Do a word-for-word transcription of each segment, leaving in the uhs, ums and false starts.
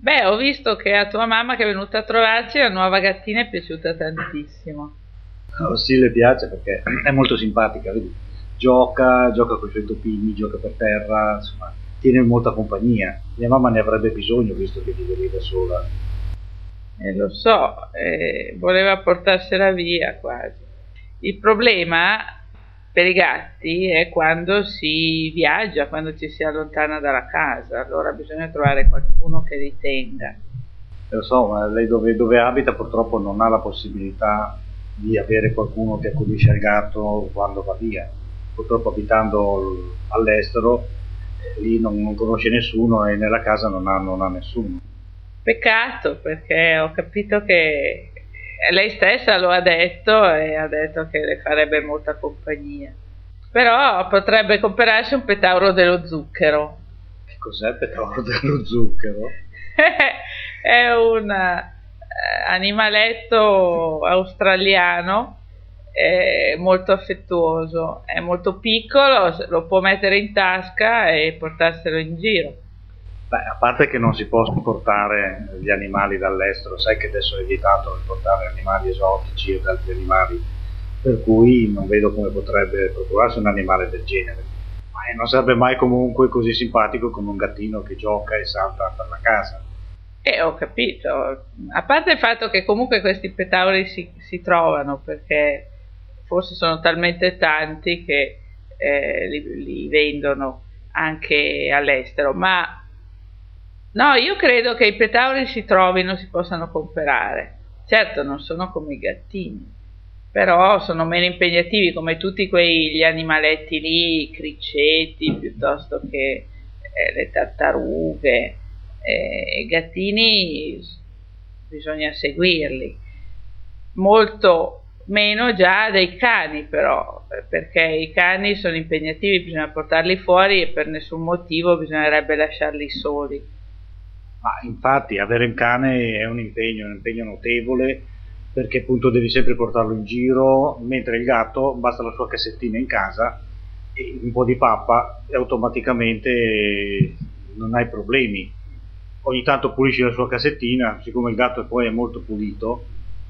Beh, ho visto che a tua mamma che è venuta a trovarci la nuova gattina è piaciuta tantissimo. Oh, sì, le piace perché è molto simpatica, vedi? Gioca, gioca con i suoi topini, gioca per terra, insomma, tiene molta compagnia. Mia mamma ne avrebbe bisogno visto che vive lì da sola. Eh, lo so, eh, voleva portarsela via quasi. Il problema per i gatti è quando si viaggia, quando ci si allontana dalla casa, allora bisogna trovare qualcuno che li tenga. Lo so, ma lei dove, dove abita purtroppo non ha la possibilità di avere qualcuno che accudisce il gatto quando va via. Purtroppo abitando l- all'estero, eh, lì non, non conosce nessuno e nella casa non ha, non ha nessuno. Peccato perché ho capito che lei stessa lo ha detto e ha detto che le farebbe molta compagnia. Però potrebbe comprarsi un petauro dello zucchero. Che cos'è Petrolio dello zucchero? È un eh, animaletto australiano, è molto affettuoso, è molto piccolo, lo può mettere in tasca e portarselo in giro. Beh, a parte che non si possono portare gli animali dall'estero, sai che adesso è vietato importare animali esotici o altri animali, per cui non vedo come potrebbe procurarsi un animale del genere. Ma non sarebbe mai comunque così simpatico come un gattino che gioca e salta per la casa. E ho capito, a parte il fatto che comunque questi petauri si, si trovano perché forse sono talmente tanti che eh, li, li vendono anche all'estero, ma no, io credo che i petauri si trovino, si possano comprare. Certo, non sono come i gattini, però sono meno impegnativi come tutti quegli animaletti lì, i criceti, piuttosto che eh, le tartarughe. Eh, I gattini s- bisogna seguirli. Molto meno già dei cani però, eh, perché i cani sono impegnativi, bisogna portarli fuori e per nessun motivo bisognerebbe lasciarli soli. Ma infatti avere un cane è un impegno, un impegno notevole, perché appunto devi sempre portarlo in giro, mentre il gatto basta la sua cassettina in casa e un po' di pappa e automaticamente non hai problemi. Ogni tanto pulisci la sua cassettina, siccome il gatto poi è molto pulito.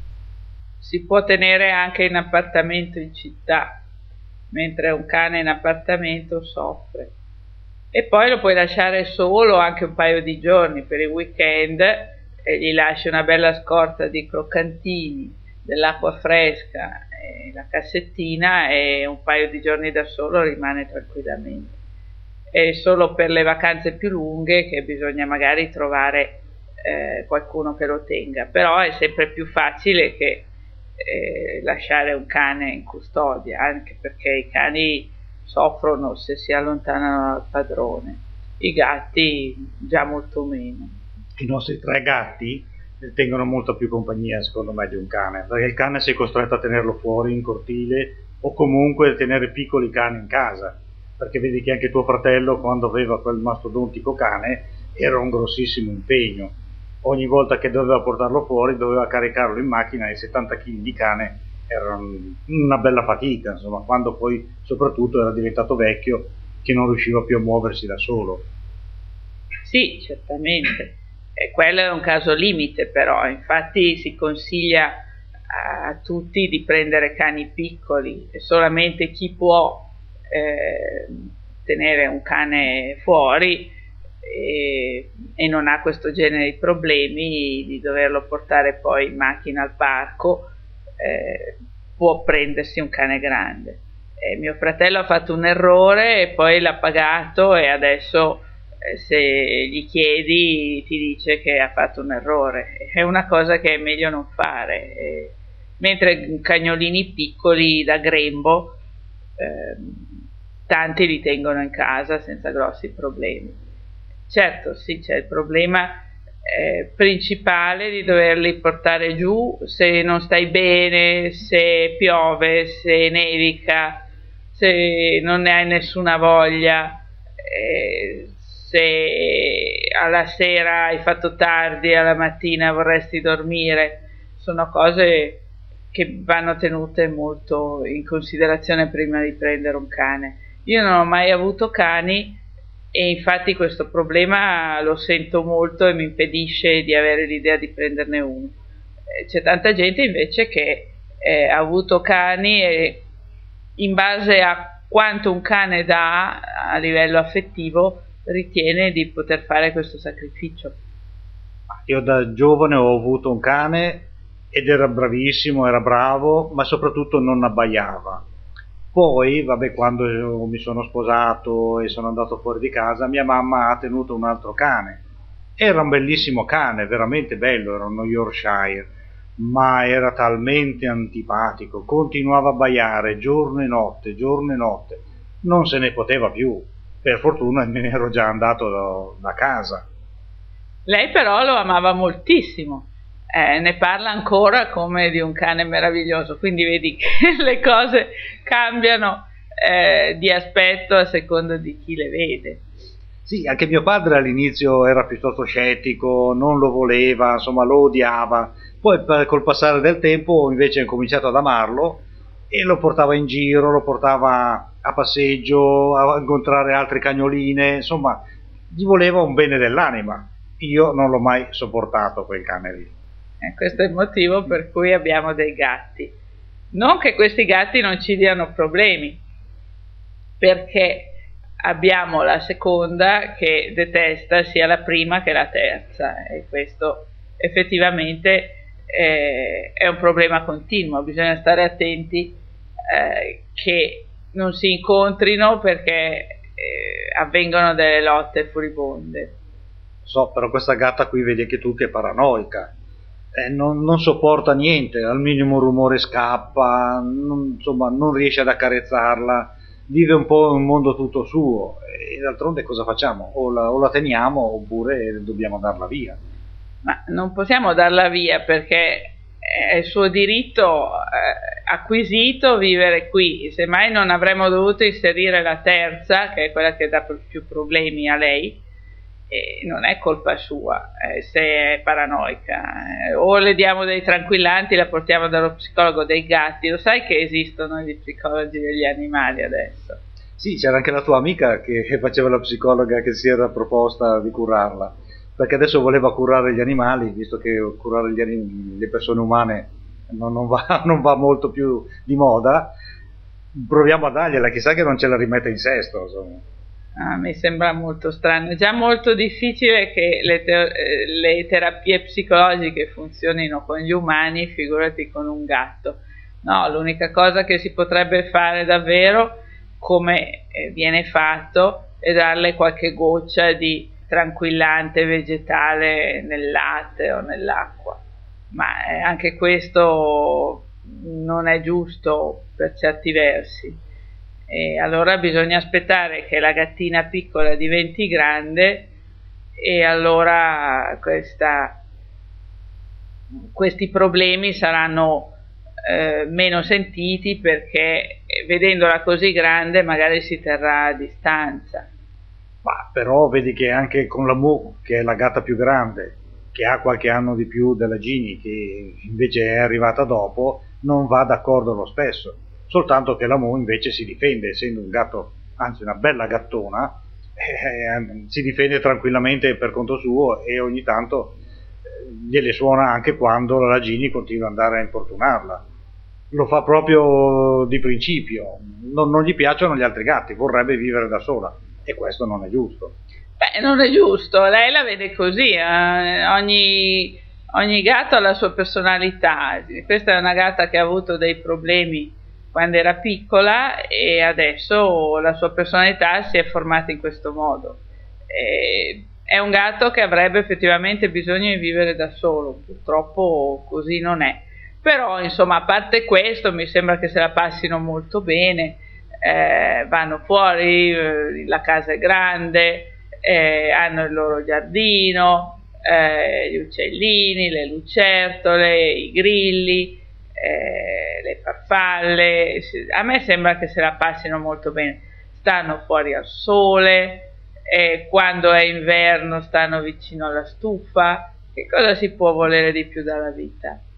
Si può tenere anche in appartamento in città, mentre un cane in appartamento soffre. E poi lo puoi lasciare solo anche un paio di giorni per il weekend e gli lasci una bella scorta di croccantini, dell'acqua fresca e la cassettina e un paio di giorni da solo rimane tranquillamente. È solo per le vacanze più lunghe che bisogna magari trovare eh, qualcuno che lo tenga, però è sempre più facile che eh, lasciare un cane in custodia, anche perché i cani soffrono se si allontanano dal padrone, i gatti già molto meno. I nostri tre gatti tengono molta più compagnia secondo me di un cane, perché il cane sei costretto a tenerlo fuori in cortile o comunque a tenere piccoli cani in casa, perché vedi che anche tuo fratello quando aveva quel mastodontico cane era un grossissimo impegno. Ogni volta che doveva portarlo fuori doveva caricarlo in macchina e settanta chili di cane era una bella fatica, insomma, quando poi soprattutto era diventato vecchio che non riusciva più a muoversi da solo. Sì, certamente. E quello è un caso limite però, infatti si consiglia a tutti di prendere cani piccoli e solamente chi può eh, tenere un cane fuori e, e non ha questo genere di problemi di doverlo portare poi in macchina al parco eh, può prendersi un cane grande. E mio fratello ha fatto un errore e poi l'ha pagato e adesso eh, se gli chiedi ti dice che ha fatto un errore. È una cosa che è meglio non fare. E, mentre cagnolini piccoli da grembo ehm, tanti li tengono in casa senza grossi problemi. Certo, sì, c'è il problema eh, principale di doverli portare giù se non stai bene, se piove, se nevica, se non ne hai nessuna voglia, eh, se alla sera hai fatto tardi e alla mattina vorresti dormire, sono cose che vanno tenute molto in considerazione prima di prendere un cane. Io non ho mai avuto cani e infatti questo problema lo sento molto e mi impedisce di avere l'idea di prenderne uno. Eh, c'è tanta gente invece che eh, ha avuto cani e in base a quanto un cane dà a livello affettivo ritiene di poter fare questo sacrificio. Io da giovane ho avuto un cane ed era bravissimo, era bravo, ma soprattutto non abbaiava. Poi, vabbè, quando mi sono sposato e sono andato fuori di casa, mia mamma ha tenuto un altro cane. Era un bellissimo cane, veramente bello, era uno Yorkshire, ma era talmente antipatico, continuava a abbaiare giorno e notte, giorno e notte. Non se ne poteva più. Per fortuna me ne ero già andato da, da casa. Lei però lo amava moltissimo. Eh, ne parla ancora come di un cane meraviglioso, quindi vedi che le cose cambiano eh, di aspetto a seconda di chi le vede. Sì, anche mio padre all'inizio era piuttosto scettico, non lo voleva, insomma lo odiava, poi per, col passare del tempo invece ha cominciato ad amarlo e lo portava in giro, lo portava a passeggio, a incontrare altre cagnoline, insomma gli voleva un bene dell'anima. Io non l'ho mai sopportato quel cane lì. Eh, questo è il motivo per cui abbiamo dei gatti. Non che questi gatti non ci diano problemi, perché abbiamo la seconda che detesta sia la prima che la terza, e questo effettivamente eh, è un problema continuo. Bisogna stare attenti eh, che non si incontrino perché eh, avvengono delle lotte furibonde. So, però questa gatta qui vedi che tu che è paranoica. Eh, non, non sopporta niente, al minimo rumore scappa, non, insomma non riesce ad accarezzarla, vive un po' un mondo tutto suo e d'altronde cosa facciamo? O la, o la teniamo oppure dobbiamo darla via. Ma non possiamo darla via perché è il suo diritto eh, acquisito vivere qui, semmai non avremmo dovuto inserire la terza, che è quella che dà più problemi a lei. E non è colpa sua eh, se è paranoica, eh, o le diamo dei tranquillanti, la portiamo dallo psicologo dei gatti. Lo sai che esistono gli psicologi degli animali adesso? Sì, c'era anche la tua amica che faceva la psicologa, che si era proposta di curarla, perché adesso voleva curare gli animali, visto che curare gli anim- le persone umane non, non, va, non va molto più di moda. Proviamo a dargliela, chissà che non ce la rimette in sesto, insomma. Ah, mi sembra molto strano, è già molto difficile che le, te le terapie psicologiche funzionino con gli umani, figurati con un gatto. No, l'unica cosa che si potrebbe fare davvero, come viene fatto, è darle qualche goccia di tranquillante vegetale nel latte o nell'acqua, ma anche questo non è giusto per certi versi. E allora bisogna aspettare che la gattina piccola diventi grande e allora questa, questi problemi saranno eh, meno sentiti, perché vedendola così grande magari si terrà a distanza. Ma però vedi che anche con la Mu, che è la gatta più grande, che ha qualche anno di più della Ginny, che invece è arrivata dopo, non va d'accordo lo stesso. Soltanto che la Mu invece si difende, essendo un gatto, anzi una bella gattona, eh, si difende tranquillamente per conto suo e ogni tanto eh, gliele suona anche quando la Ginny continua ad andare a importunarla. Lo fa proprio di principio, non, non gli piacciono gli altri gatti, vorrebbe vivere da sola e questo non è giusto. Beh, non è giusto, lei la vede così, eh? ogni, ogni gatto ha la sua personalità. Questa è una gatta che ha avuto dei problemi quando era piccola e adesso la sua personalità si è formata in questo modo. E è un gatto che avrebbe effettivamente bisogno di vivere da solo, purtroppo così non è. Però insomma, a parte questo, mi sembra che se la passino molto bene, eh, vanno fuori, eh, la casa è grande, eh, hanno il loro giardino, eh, gli uccellini, le lucertole, i grilli, Eh, le farfalle. A me sembra che se la passino molto bene, stanno fuori al sole, e quando è inverno stanno vicino alla stufa. Che cosa si può volere di più dalla vita?